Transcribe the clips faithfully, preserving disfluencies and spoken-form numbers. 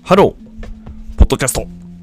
ハローポッドキャスト。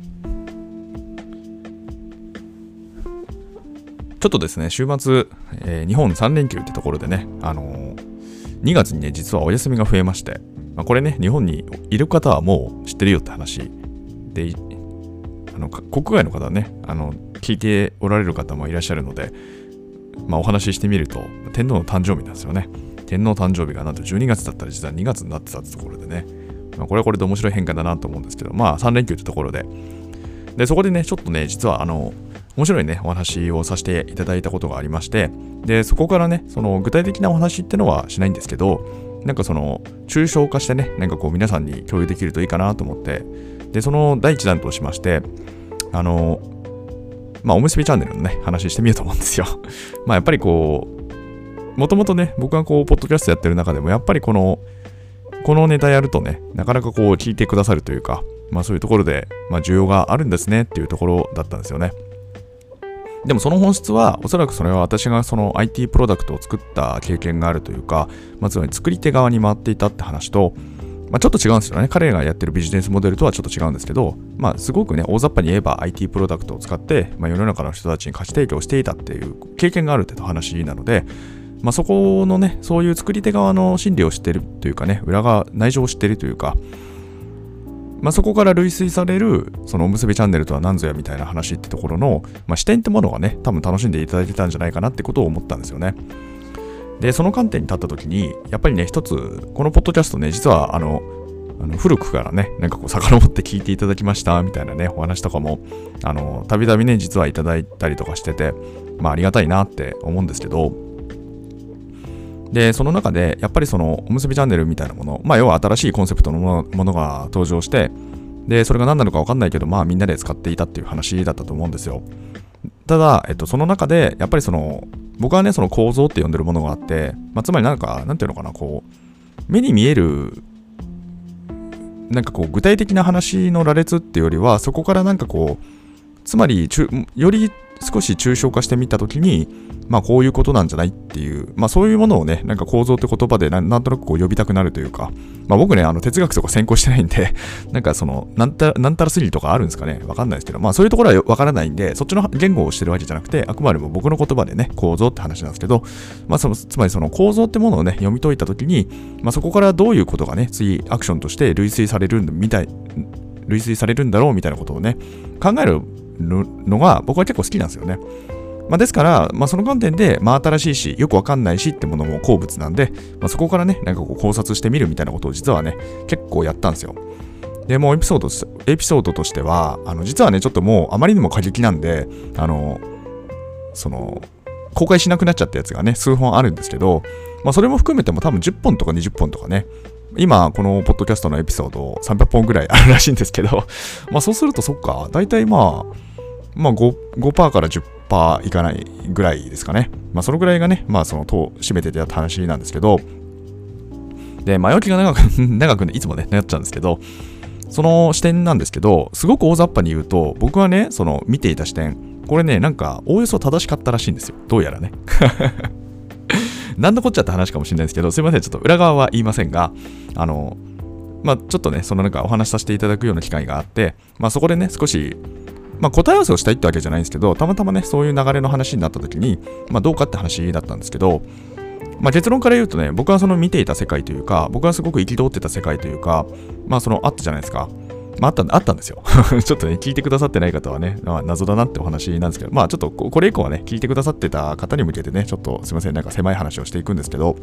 ちょっとですね、週末、えー、日本さん連休ってところでね、あのー、にがつにね、実はお休みが増えまして、まあ、これね、日本にいる方はもう知ってるよって話で、あの国外の方はね、あの聞いておられる方もいらっしゃるので、まあ、お話ししてみると、天皇の誕生日なんですよね。天皇誕生日がなんとじゅうにがつだったら実はにがつになってたってところでね、まあ、これはこれで面白い変化だなと思うんですけど、まあさん連休ってところで、でそこでね、ちょっとね、実はあの面白いね、お話をさせていただいたことがありまして、でそこからね、その具体的なお話ってのはしないんですけど、なんかその抽象化してね、なんかこう皆さんに共有できるといいかなと思って、でその第一弾としまして、あのまあおむすびチャンネルのね、話してみようと思うんですよ。まあやっぱりこう、もともとね、僕がこうポッドキャストやってる中でも、やっぱりこのこのネタやるとね、なかなかこう聞いてくださるというか、まあそういうところで、まあ需要があるんですねっていうところだったんですよね。でもその本質は、おそらくそれは私がその アイティー プロダクトを作った経験があるというか、まあつまり作り手側に回っていたって話と、まあちょっと違うんですよね。彼らがやってるビジネスモデルとはちょっと違うんですけど、まあすごくね、大雑把に言えば アイティー プロダクトを使って、まあ世の中の人たちに価値提供していたっていう経験があるって話なので、まあ、そこのね、そういう作り手側の心理を知ってるというかね、裏側、内情を知ってるというか、まあ、そこから類推される、そのおむすびチャンネルとは何ぞやみたいな話ってところの、まあ、視点ってものがね、多分楽しんでいただいてたんじゃないかなってことを思ったんですよね。で、その観点に立った時に、やっぱりね、一つ、このポッドキャストね、実はあの、あの古くからね、なんかこう、遡って聞いていただきましたみたいなね、お話とかも、あの、たびたびね、実はいただいたりとかしてて、まあ、ありがたいなって思うんですけど、で、その中で、やっぱりその、おむすびチャンネルみたいなもの、まあ、要は新しいコンセプトのものが登場して、で、それが何なのか分かんないけど、まあ、みんなで使っていたっていう話だったと思うんですよ。ただ、えっと、その中で、やっぱりその、僕はね、その構造って呼んでるものがあって、まあ、つまりなんか、なんていうのかな、こう、目に見える、なんかこう、具体的な話の羅列っていうよりは、そこからなんかこう、つまり、より少し抽象化してみたときに、まあこういうことなんじゃないっていう、まあそういうものをね、なんか構造って言葉でな ん, なんとなくこう呼びたくなるというか、まあ僕ね、あの哲学とか専攻してないんで、なんかその、なんたら、なんたらスリーとかあるんですかね、わかんないですけど、まあそういうところはわからないんで、そっちの言語をしてるわけじゃなくて、あくまでも僕の言葉でね、構造って話なんですけど、まあその、つまりその構造ってものをね、読み解いたときに、まあそこからどういうことがね、次アクションとして類推されるみたい、類推されるんだろうみたいなことをね、考えるのが僕は結構好きなんですよね。まあ、ですから、まあ、その観点で、まあ、新しいし、よくわかんないしってものも好物なんで、まあ、そこからね、なんかこう考察してみるみたいなことを実はね、結構やったんですよ。で、もうエピソード、エピソードとしては、あの、実はね、ちょっともうあまりにも過激なんで、あの、その、公開しなくなっちゃったやつがね、数本あるんですけど、まあ、それも含めても多分じゅっぽんとかにじゅっぽんとかね、今、このポッドキャストのエピソードさんびゃっぽんぐらいあるらしいんですけど、まあ、そうするとそっか、だいたいまあ、まあ 5%, 5%から じゅっパーセント いかないぐらいですかね。まあそのぐらいがね、まあその党占めてた話なんですけど、で、前置きが長く、長くね、いつもね、なっちゃうんですけど、その視点なんですけど、すごく大雑把に言うと、僕はね、その見ていた視点、これね、なんか、おおよそ正しかったらしいんですよ。どうやらね。なんのこっちゃって話かもしれないですけど、すいません、ちょっと裏側は言いませんが、あの、まあちょっとね、そのなんかお話しさせていただくような機会があって、まあそこでね、少し、まあ、答え合わせをしたいってわけじゃないんですけど、たまたまね、そういう流れの話になった時に、まあ、どうかって話だったんですけど、まあ、結論から言うとね、僕はその見ていた世界というか、僕はすごく憤ってた世界というか、まあ、そのあったじゃないですか。まあ、あった、あったんですよ。ちょっとね、聞いてくださってない方はね、まあ、謎だなってお話なんですけど、まあ、ちょっとこれ以降はね、聞いてくださってた方に向けてね、ちょっとすいません、なんか狭い話をしていくんですけど、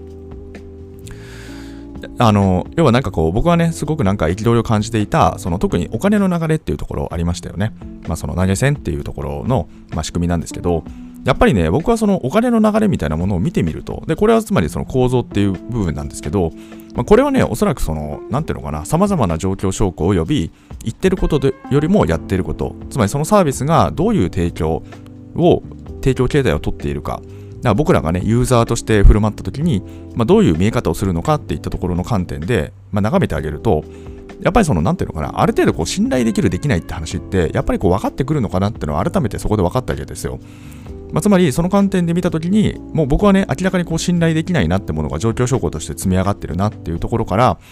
あの要はなんかこう僕はねすごくなんか憤りを感じていたその特にお金の流れっていうところありましたよね。まあその投げ銭っていうところの、まあ、仕組みなんですけど、やっぱりね僕はそのお金の流れみたいなものを見てみると、でこれはつまりその構造っていう部分なんですけど、まあ、これはねおそらくそのなんていうのかな、様々な状況証拠および言ってることでよりもやってること、つまりそのサービスがどういう提供を提供形態を取っているか。だから僕らがね、ユーザーとして振る舞ったときに、まあ、どういう見え方をするのかっていったところの観点で、まあ、眺めてあげると、やっぱりその、なんていうのかな、ある程度こう信頼できる、できないって話って、やっぱりこう分かってくるのかなっていうのを改めてそこで分かったわけですよ。まあ、つまり、その観点で見たときに、もう僕はね、明らかにこう信頼できないなってものが状況証拠として積み上がってるなっていうところから、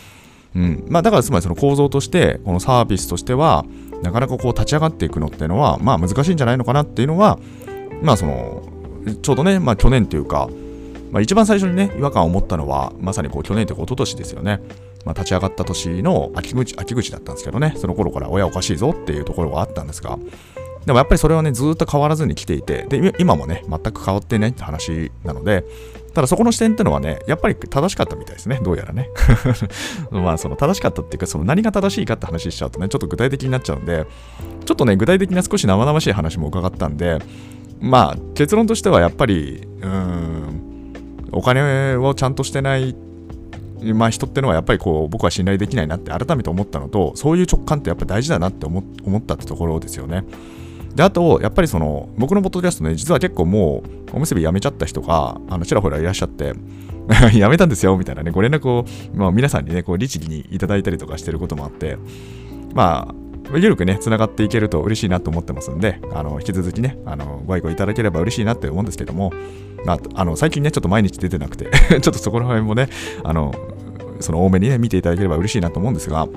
うん、まあだからつまりその構造としてこのサービスとしてはなかなかこう立ち上がっていくのっていうのはまあ難しいんじゃないのかなっていうのはまあそのちょうどねまあ去年というか、まあ、一番最初にね違和感を持ったのはまさにこう去年というか一昨年ですよね。まあ、立ち上がった年の秋口、秋口だったんですけどね、その頃から親おかしいぞっていうところがあったんですが、でもやっぱりそれはねずっと変わらずに来ていて、で今もね全く変わってないって話なので、ただそこの視点ってのはねやっぱり正しかったみたいですね、どうやらねまあその正しかったっていうか、その何が正しいかって話しちゃうとねちょっと具体的になっちゃうんで、ちょっとね具体的な少し生々しい話も伺ったんで、まあ結論としてはやっぱりうーんお金をちゃんとしてないまあ人ってのはやっぱりこう僕は信頼できないなって改めて思ったのと、そういう直感ってやっぱり大事だなって思ったってところですよね。であとやっぱりその僕のポッドキャストね、実は結構もうおむすびやめちゃった人があのちらほらいらっしゃってやめたんですよみたいなねご連絡を、まあ、皆さんにねこう律儀にいただいたりとかしてることもあって、まあ緩くねつながっていけると嬉しいなと思ってますんで、あの引き続きねあのご愛顧いただければ嬉しいなって思うんですけども、まあ、あの最近ねちょっと毎日出てなくてちょっとそこら辺もねあのその多めにね見ていただければ嬉しいなと思うんですが、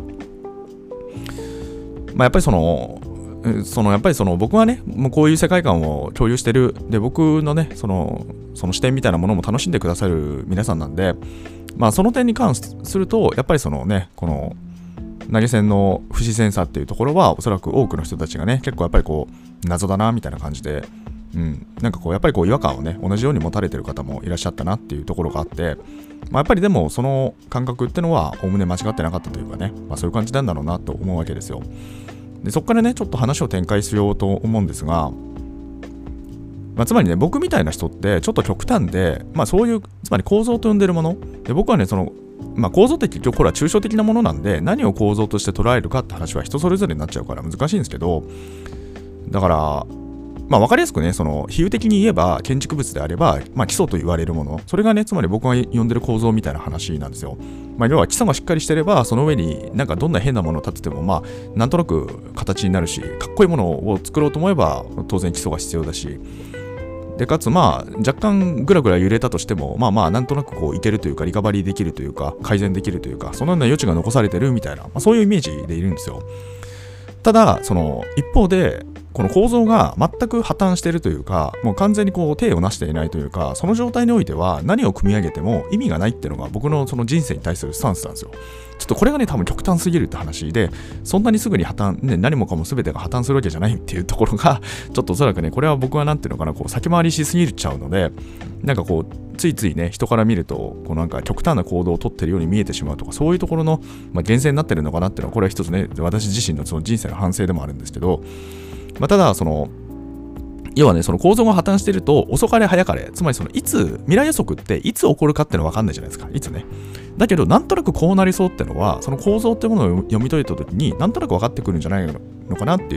まあやっぱりそのそのやっぱりその僕はねもうこういう世界観を共有してるで、僕のねそのその視点みたいなものも楽しんでくださる皆さんなんで、まあその点に関するとやっぱりそのねこの投げ銭の不自然さっていうところはおそらく多くの人たちがね結構やっぱりこう謎だなみたいな感じで、うん、なんかこうやっぱりこう違和感をね同じように持たれてる方もいらっしゃったなっていうところがあって、まあ、やっぱりでもその感覚ってのはおおむね間違ってなかったというかね、まあ、そういう感じなんだろうなと思うわけですよ。でそこからねちょっと話を展開しようと思うんですが、まあ、つまりね僕みたいな人ってちょっと極端で、まあ、そういうつまり構造と呼んでるもので、僕はねそのまあ、構造って結局これは抽象的なものなんで、何を構造として捉えるかって話は人それぞれになっちゃうから難しいんですけど、だからまあ分かりやすくねその比喩的に言えば建築物であれば、まあ、基礎と言われるもの、それがねつまり僕が呼んでる構造みたいな話なんですよ。まあ、要は基礎がしっかりしてればその上になんかどんな変なものを建ててもまあなんとなく形になるし、かっこいいものを作ろうと思えば当然基礎が必要だし、でかつまあ若干グラグラ揺れたとしてもまあまあなんとなくこういけるというかリカバリーできるというか改善できるというか、そのような余地が残されてるみたいな、まあ、そういうイメージでいるんですよ。ただその一方でこの構造が全く破綻しているというか、もう完全にこう手をなしていないというか、その状態においては何を組み上げても意味がないっていうのが僕のその人生に対するスタンスなんですよ。ちょっとこれがね多分極端すぎるって話で、そんなにすぐに破綻、ね、何もかも全てが破綻するわけじゃないっていうところがちょっとおそらくねこれは僕はなんていうのかなこう先回りしすぎちゃうので、なんかこうついついね人から見るとこうなんか極端な行動をとってるように見えてしまうとか、そういうところの、まあ、厳選になってるのかなっていうのはこれは一つね私自身のその人生の反省でもあるんですけど、まあ、ただその要はねその構造が破綻していると遅かれ早かれ、つまりそのいつ未来予測っていつ起こるかっていうのは分かんないじゃないですか、いつね。だけどなんとなくこうなりそうってのはその構造ってものを読み解いた時になんとなく分かってくるんじゃないのかなっていう、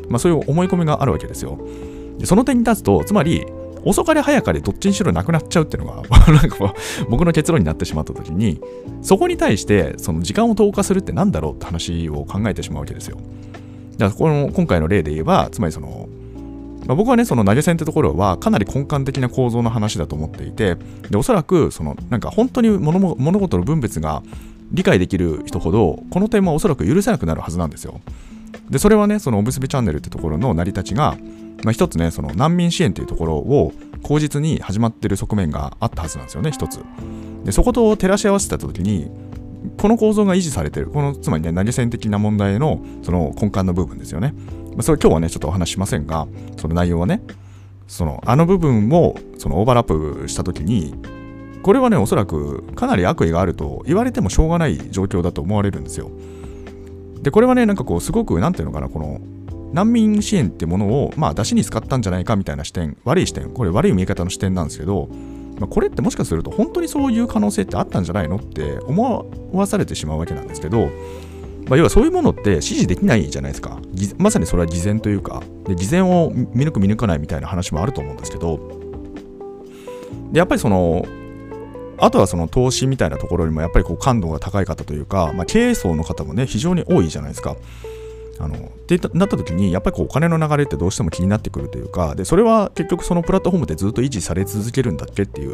まあ、そういう思い込みがあるわけですよ。でその点に立つとつまり遅かれ早かれどっちにしろなくなっちゃうっていうのがなんか僕の結論になってしまった時に、そこに対してその時間を投下するってなんだろうって話を考えてしまうわけですよ。だからこの今回の例で言えばつまりそのまあ、僕はねその投げ銭ってところはかなり根幹的な構造の話だと思っていて、でおそらくそのなんか本当に 物, も物事の分別が理解できる人ほどこの点はおそらく許せなくなるはずなんですよ。でそれはねそのおむすびチャンネルってところの成り立ちが、まあ、一つねその難民支援っていうところを口実に始まってる側面があったはずなんですよね、一つ。でそこと照らし合わせた時にこの構造が維持されてる、このつまりね投げ銭的な問題のその根幹の部分ですよね。それ今日はねちょっとお話ししませんが、その内容はねそのあの部分をそのオーバーラップしたときに、これはねおそらくかなり悪意があると言われてもしょうがない状況だと思われるんですよ。でこれはねなんかこうすごくなんていうのかな、この難民支援ってものをまあ出しに使ったんじゃないかみたいな視点、悪い視点、これ悪い見え方の視点なんですけど、まあ、これってもしかすると本当にそういう可能性ってあったんじゃないのって思わされてしまうわけなんですけど、まあ、要はそういうものって指示できないじゃないですか。まさにそれは偽善というか、で偽善を見抜く見抜かないみたいな話もあると思うんですけど、でやっぱりそのあとはその投資みたいなところにもやっぱりこう感度が高い方というか、まあ、経営層の方もね非常に多いじゃないですか。あのってなった時にやっぱりこうお金の流れってどうしても気になってくるというか、でそれは結局そのプラットフォームでずっと維持され続けるんだっけっていう、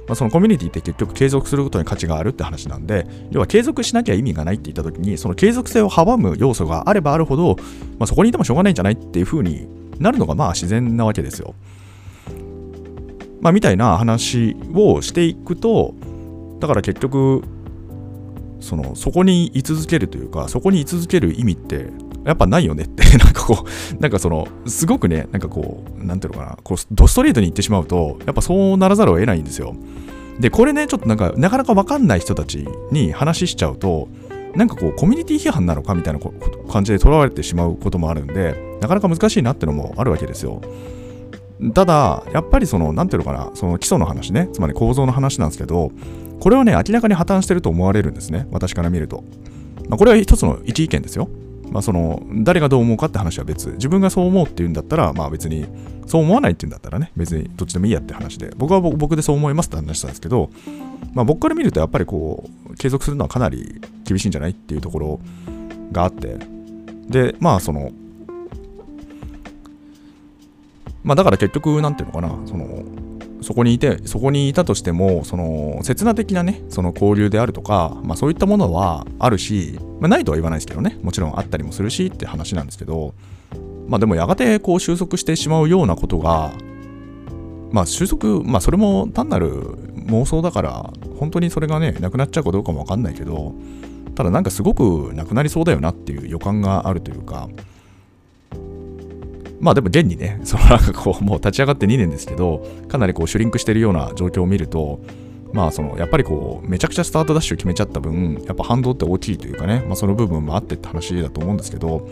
まあ、そのコミュニティって結局継続することに価値があるって話なんで、要は継続しなきゃ意味がないって言った時に、その継続性を阻む要素があればあるほど、まあ、そこにいてもしょうがないんじゃないっていう風になるのがまあ自然なわけですよ。まあみたいな話をしていくと、だから結局そのそこに居続けるというか、そこに居続ける意味ってやっぱないよねってなんかこうなんかそのすごくね、なんかこうなんていうのかな、こうドストレートに言ってしまうとやっぱそうならざるを得ないんですよ。でこれね、ちょっとなんかなかなか分かんない人たちに話しちゃうと、なんかこうコミュニティ批判なのかみたいな感じでとらわれてしまうこともあるんで、なかなか難しいなってのもあるわけですよ。ただやっぱりそのなんていうのかな、その基礎の話ね、つまり構造の話なんですけど、これはね明らかに破綻してると思われるんですね、私から見ると。まあ、これは一つの一意見ですよ。まあ、その誰がどう思うかって話は別、自分がそう思うっていうんだったら、まあ別にそう思わないっていうんだったらね、別にどっちでもいいやって話で、僕は僕でそう思いますって話したんですけど、まあ、僕から見るとやっぱりこう継続するのはかなり厳しいんじゃないっていうところがあって、でまあそのまあだから結局なんていうのかな、そのそこにいてそこにいたとしても、その刹那的なね、その交流であるとか、まあそういったものはあるし、まあ、ないとは言わないですけどね、もちろんあったりもするしって話なんですけど、まあでもやがてこう収束してしまうようなことが、まあ収束、まあそれも単なる妄想だから本当にそれがねなくなっちゃうかどうかもわかんないけど、ただなんかすごくなくなりそうだよなっていう予感があるというか、まあでも現にね、そのなんかこうもう立ち上がってにねんですけど、かなりこうシュリンクしてるような状況を見ると、まあそのやっぱりこうめちゃくちゃスタートダッシュ決めちゃった分、やっぱ反動って大きいというかね、まあその部分もあってって話だと思うんですけど、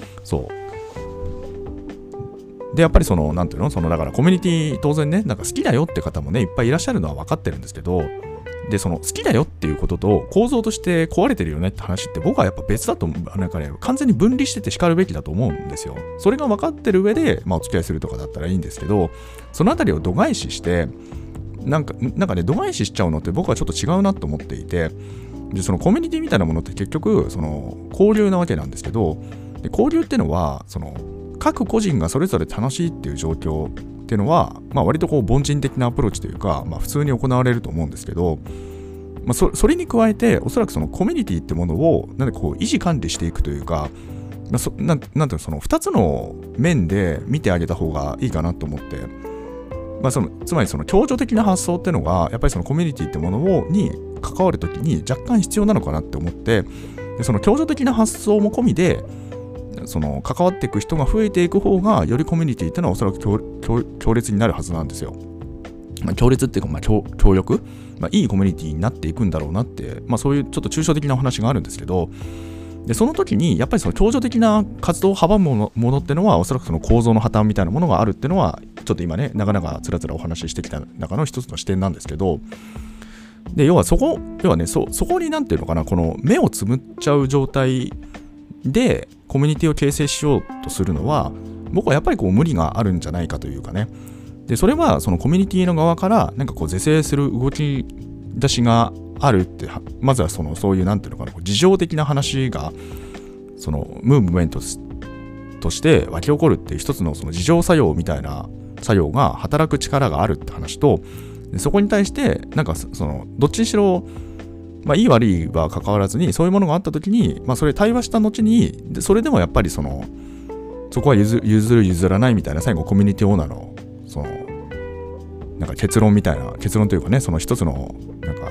そうでやっぱりそのなんていうの、そのだからコミュニティ当然ね、なんか好きだよって方もねいっぱいいらっしゃるのは分かってるんですけど、でその好きだよっていうことと構造として壊れてるよねって話って僕はやっぱ別だと思う。なんかね、完全に分離してて叱るべきだと思うんですよ。それが分かってる上で、まあ、お付き合いするとかだったらいいんですけど、そのあたりを度外視してなんかなんかね度外視しちゃうのって僕はちょっと違うなと思っていて、でそのコミュニティみたいなものって結局その交流なわけなんですけど、で交流ってのはその各個人がそれぞれ楽しいっていう状況っていうのは、まあ、割とこう凡人的なアプローチというか、まあ、普通に行われると思うんですけど、まあ、そ, それに加えておそらくそのコミュニティってものをなんでこう維持管理していくというか、まあ、そ な, なんていうのそのふたつの面で見てあげた方がいいかなと思って、まあ、そのつまりその共助的な発想っていうのがやっぱりそのコミュニティってものをに関わるときに若干必要なのかなって思って、でその共助的な発想も込みでその関わっていく人が増えていく方がよりコミュニティっていうのはおそらく 強, 強, 強烈になるはずなんですよ。まあ、強烈っていうか、まあ、強, 強力、まあ、いいコミュニティになっていくんだろうなって、まあ、そういうちょっと抽象的なお話があるんですけど、でその時にやっぱりその共助的な活動を阻むも の, ものっていうのはおそらくその構造の破綻みたいなものがあるっていうのはちょっと今ねなかなかつらつらお話ししてきた中の一つの視点なんですけど、で要はそこ要はね そ, そこになんていうのかな、この目をつむっちゃう状態でコミュニティを形成しようとするのは僕はやっぱりこう無理があるんじゃないかというかね。でそれはそのコミュニティの側からなんかこう是正する動き出しがあるって、まずはそのそういうなんていうのかな、事情的な話がそのムーブメントとして湧き起こるっていう一つのその自浄作用みたいな作用が働く力があるって話と、でそこに対してなんかそのどっちにしろまあいい悪いは関わらずにそういうものがあった時に、まあそれ対話した後にでそれでもやっぱりそのそこは譲る譲らないみたいな最後コミュニティオーナーのそのなんか結論みたいな結論というかね、その一つのなんか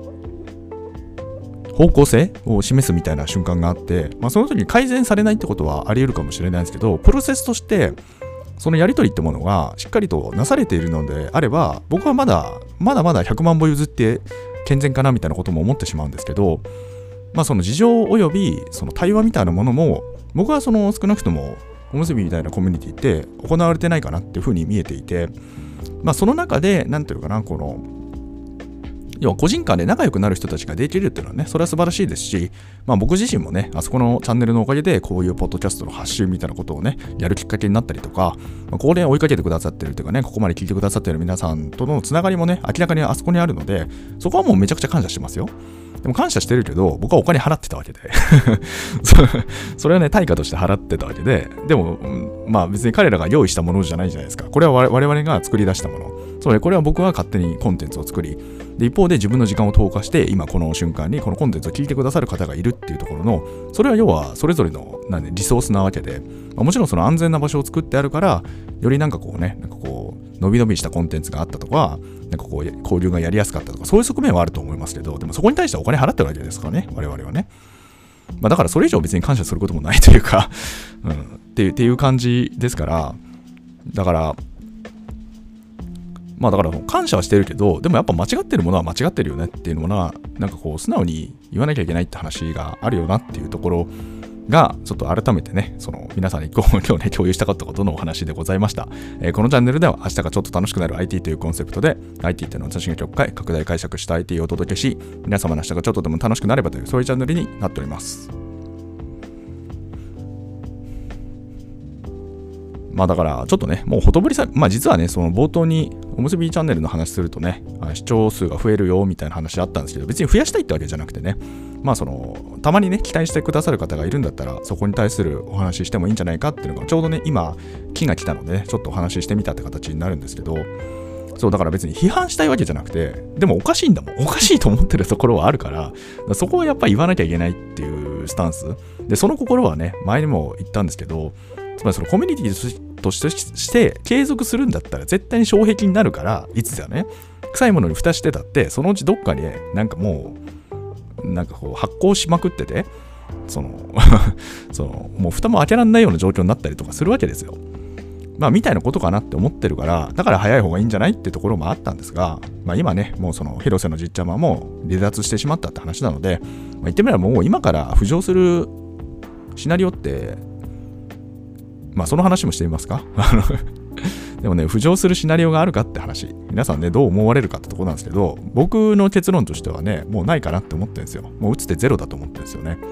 方向性を示すみたいな瞬間があって、まあ、その時に改善されないってことはあり得るかもしれないんですけど、プロセスとしてそのやり取りってものがしっかりとなされているのであれば、僕はまだまだまだひゃくまん歩譲って健全かなみたいなことも思ってしまうんですけど、まあその事情およびその対話みたいなものも僕はその少なくともおむすびみたいなコミュニティって行われてないかなっていうふうに見えていて、まあその中でなんていうかな、この要は個人間で仲良くなる人たちができるっていうのはね、それは素晴らしいですし、まあ僕自身もね、あそこのチャンネルのおかげでこういうポッドキャストの発信みたいなことをね、やるきっかけになったりとか、まあ、ここで追いかけてくださってるというかね、ここまで聞いてくださってる皆さんとのつながりもね、明らかにあそこにあるので、そこはもうめちゃくちゃ感謝してますよ。でも感謝してるけど、僕はお金払ってたわけでそれはね、対価として払ってたわけで、でも、まあ別に彼らが用意したものじゃないじゃないですか。これは我々が作り出したもの。 つまりこれは僕は勝手にコンテンツを作り、で一方で自分の時間を投下して今この瞬間にこのコンテンツを聞いてくださる方がいるっていうところの、それは要はそれぞれのなんでリソースなわけで、まあ、もちろんその安全な場所を作ってあるからよりなんかこうねなんかこう伸び伸びしたコンテンツがあったとか、なんかこう交流がやりやすかったとか、そういう側面はあると思いますけど、でもそこに対してはお金払ってるわけですからね、我々はね。まあ、だからそれ以上別に感謝することもないというか、うん、っていう、っていう感じですから、だからまあだから感謝はしてるけど、でもやっぱ間違ってるものは間違ってるよねっていうのはなんかこう素直に言わなきゃいけないって話があるよなっていうところがちょっと改めてね、その皆さんに今日ね共有したかったことのお話でございました。えー、このチャンネルでは明日がちょっと楽しくなる アイティー というコンセプトで アイティー っていうのを私が極快拡大解釈した アイティー をお届けし、皆様の明日がちょっとでも楽しくなればというそういうチャンネルになっております。まあだからちょっとねもうほとぼりさ、まあ実はねその冒頭におむすびチャンネルの話するとね視聴数が増えるよみたいな話あったんですけど、別に増やしたいってわけじゃなくてね、まあそのたまにね期待してくださる方がいるんだったらそこに対するお話ししてもいいんじゃないかっていうのがちょうどね今期が来たので、ね、ちょっとお話ししてみたって形になるんですけど、そうだから別に批判したいわけじゃなくて、でもおかしいんだもん、おかしいと思ってるところはあるから、からそこはやっぱり言わなきゃいけないっていうスタンスで、その心はね前にも言ったんですけど、つまりそのコミュニティとして継続するんだったら絶対に障壁になるから、いつだね臭いものに蓋してたってそのうちどっかになんかもうなんかこう発酵しまくってて、そのそのもう蓋も開けられないような状況になったりとかするわけですよ。まあみたいなことかなって思ってるから、だから早い方がいいんじゃないってところもあったんですが、まあ今ねもうその広瀬のじっちゃまも離脱してしまったって話なので、まあ、言ってみればもう今から浮上するシナリオってまあその話もしてみますかでもね浮上するシナリオがあるかって話、皆さんねどう思われるかってところなんですけど、僕の結論としてはねもうないかなって思ってるんですよ。もう打つ手ゼロだと思ってるんですよね。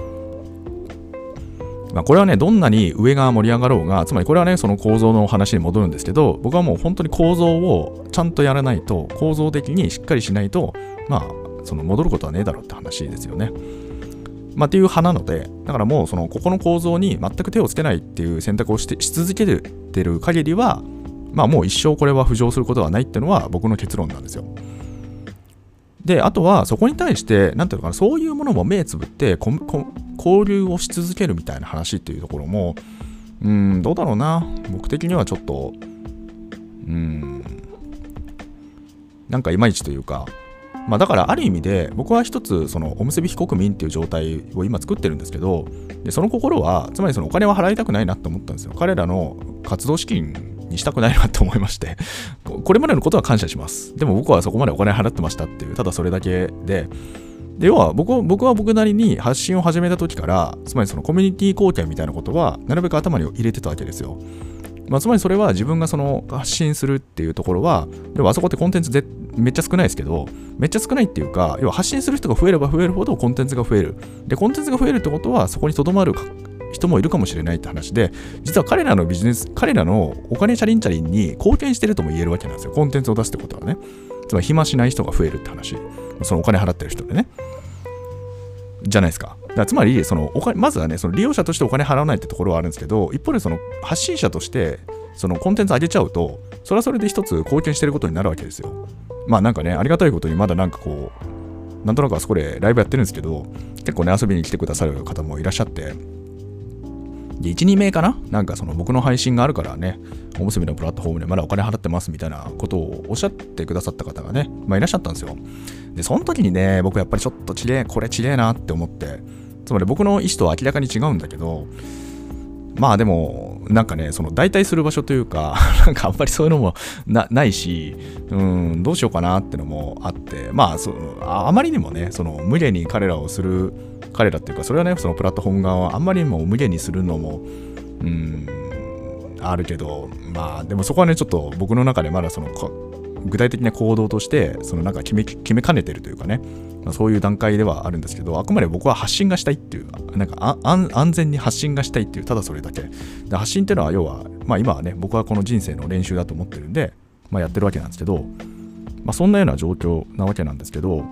まあこれはねどんなに上が盛り上がろうが、つまりこれはねその構造の話に戻るんですけど、僕はもう本当に構造をちゃんとやらないと、構造的にしっかりしないとまあその戻ることはねえだろうって話ですよね。まあっていう派なので、だからもうそのここの構造に全く手をつけないっていう選択をしてし続けてる限りは、まあもう一生これは浮上することはないっていうのは僕の結論なんですよ。で、あとはそこに対してなんていうのかな、そういうものも目つぶってここ交流をし続けるみたいな話っていうところも、うーんどうだろうな、僕的にはちょっとうーんなんかいまいちというか、まあだからある意味で僕は一つそのおむすび非国民っていう状態を今作ってるんですけど、でその心はつまりそのお金は払いたくないなって思ったんですよ。彼らの活動資金にしたくないなって思いまして、これまでのことは感謝します。でも僕はそこまでお金払ってましたっていう、ただそれだけで、で要は僕は僕は僕なりに発信を始めた時から、つまりそのコミュニティ貢献みたいなことはなるべく頭に入れてたわけですよ。まあ、つまりそれは自分がその発信するっていうところは、要はあそこってコンテンツでめっちゃ少ないですけど、めっちゃ少ないっていうか、要は発信する人が増えれば増えるほどコンテンツが増える。で、コンテンツが増えるってことはそこにとどまる人もいるかもしれないって話で、実は彼らのビジネス、彼らのお金チャリンチャリンに貢献してるとも言えるわけなんですよ。コンテンツを出すってことはね。つまり暇しない人が増えるって話。そのお金払ってる人でね。じゃないですか。だからつまりそのお金、まずはね、その利用者としてお金払わないってところはあるんですけど、一方でその発信者としてそのコンテンツ上げちゃうと、それはそれで一つ貢献してることになるわけですよ。まあなんかね、ありがたいことにまだなんかこう、なんとなくあそこでライブやってるんですけど、結構ね、遊びに来てくださる方もいらっしゃって、で、いち、にめいかななんかその僕の配信があるからね、おむすびのプラットフォームでまだお金払ってますみたいなことをおっしゃってくださった方がね、まあいらっしゃったんですよ。で、その時にね、僕やっぱりちょっとちげえ、これちげえなって思って、つまり僕の意思とは明らかに違うんだけど、まあでもなんかね、その代替する場所というかなんかあんまりそういうのも な, ないし、うんどうしようかなってのもあって、まあその あ, あまりにもね、その無限に彼らをする彼らっていうか、それはねそのプラットフォーム側はあんまりにも無限にするのもうんあるけど、まあでもそこはねちょっと僕の中でまだその具体的な行動としてそのなんか決め決めかねてるというかね、まあ、そういう段階ではあるんですけど、あくまで僕は発信がしたいっていう、なんか安安全に発信がしたいっていう、ただそれだけで、発信っていうのは要はまあ今はね僕はこの人生の練習だと思ってるんで、まあ、やってるわけなんですけど、まあそんなような状況なわけなんですけど、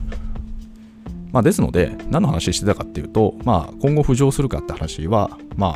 まあですので何の話してたかっていうと、まあ今後浮上するかって話はまあ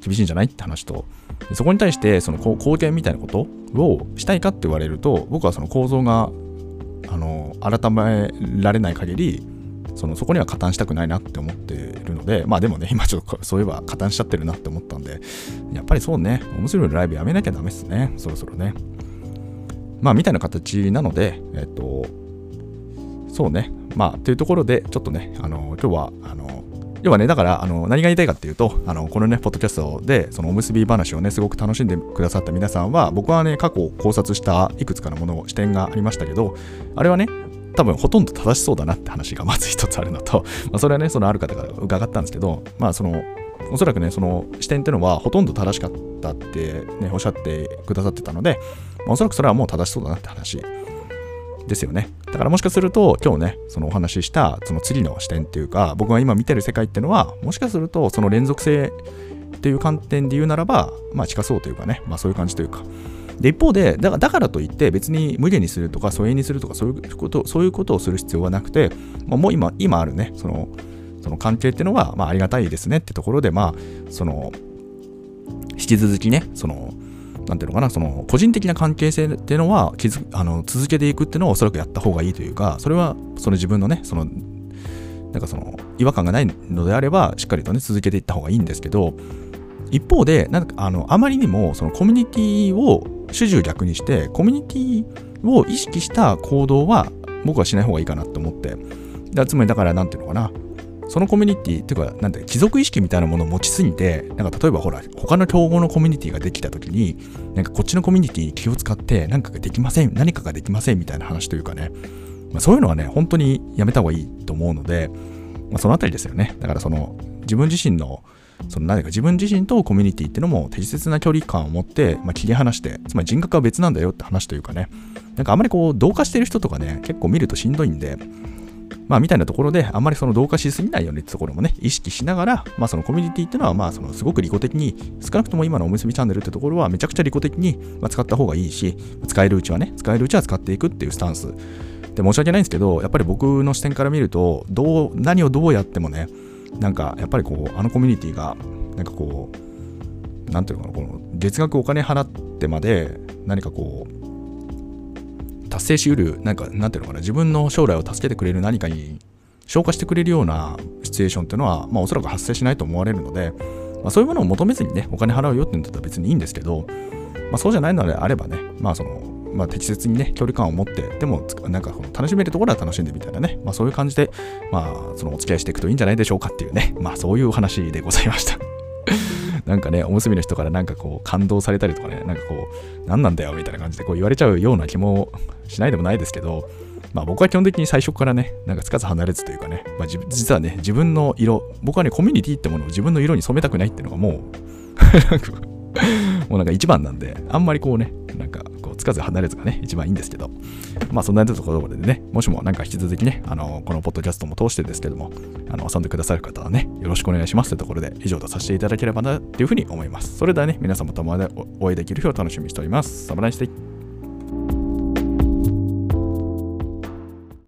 厳しいんじゃないって話と、そこに対してその貢献みたいなことをしたいかって言われると、僕はその構造があの改められない限りそのそこには加担したくないなって思っているので、まあでもね、今ちょっとそういえば加担しちゃってるなって思ったんで、やっぱりそうね、面白いライブやめなきゃダメっすね、そろそろね。まあみたいな形なので、えっとそうね、まあというところでちょっとね、あの今日はあの要はね、だからあの何が言いたいかっていうと、あのこのねポッドキャストでそのおむすび話をねすごく楽しんでくださった皆さんは、僕はね過去考察したいくつかのものを視点がありましたけど、あれはね多分ほとんど正しそうだなって話がまず一つあるのと、まあ、それはねそのある方から伺ったんですけど、まあそのおそらくねその視点っていうのはほとんど正しかったってねおっしゃってくださってたので、まあ、おそらくそれはもう正しそうだなって話ですよね。だからもしかすると今日ねそのお話ししたその次の視点っていうか、僕が今見てる世界っていうのはもしかするとその連続性っていう観点で言うならば、まあ近そうというかね、まあそういう感じというか。で一方でだから、だからといって別に無限にするとか疎遠にするとかそういうことそういうことをする必要はなくて、まあ、もう今今あるねそのその関係っていうのはまあありがたいですねってところで、まあその引き続きねそのなんていうのかな、その個人的な関係性っていうのはあの続けていくっていうのはおそらくやった方がいいというか、それはその自分のねそのなんかその違和感がないのであればしっかりとね続けていった方がいいんですけど、一方でなんかあのあまりにもそのコミュニティを主従逆にしてコミュニティを意識した行動は僕はしない方がいいかなと思って、だつまりだからなんていうのかな、そのコミュニティっていうかなんて貴族意識みたいなものを持ちすぎて、なんか例えばほら他の競合のコミュニティができた時になんかこっちのコミュニティに気を使って何かができません何かができませんみたいな話というかね、まあ、そういうのはね本当にやめた方がいいと思うので、まあ、そのあたりですよね。だからその自分自身のその何か自分自身とコミュニティっていうのも適切な距離感を持って、まあ、切り離して、つまり人格は別なんだよって話というかね、なんかあんまりこう同化してる人とかね結構見るとしんどいんで、まあみたいなところであんまりその同化しすぎないようにってところもね意識しながら、まあそのコミュニティっていうのはまあそのすごく利己的に、少なくとも今のおむすびチャンネルってところはめちゃくちゃ利己的に使った方がいいし、使えるうちはね使えるうちは使っていくっていうスタンスで、申し訳ないんですけど、やっぱり僕の視点から見るとどう何をどうやってもね、なんかやっぱりこうあのコミュニティがなんかこうなんていうのかな、この月額お金払ってまで何かこう達成しうるなんかなんていうのかな、自分の将来を助けてくれる何かに消化してくれるようなシチュエーションっていうのは、まあおそらく発生しないと思われるので、まあ、そういうものを求めずにねお金払うよって言うんだったら別にいいんですけど、まあそうじゃないのであればね、まあそのまあ適切にね距離感を持って、でもなんか楽しめるところは楽しんでみたいなね、まあそういう感じでまあそのお付き合いしていくといいんじゃないでしょうかっていうね、まあそういうお話でございました。なんかね、おむすびの人からなんかこう感動されたりとかね、なんかこう何なんだよみたいな感じでこう言われちゃうような気もしないでもないですけど、まあ僕は基本的に最初からね、なんかつかず離れずというかね、まあ実はね、自分の色、僕はね、コミュニティってものを自分の色に染めたくないっていうのがもう、なんかもうなんか一番なんで、あんまりこうね、なんかこうつかず離れずがね、一番いいんですけど、まあそんなところでね、もしもなんか引き続きね、あの、このポッドキャストも通してですけども、あの、遊んでくださる方はね、よろしくお願いしますというところで、以上とさせていただければなっていうふうに思います。それではね、皆様ともお会いできる日を楽しみにしております。サムライステイ。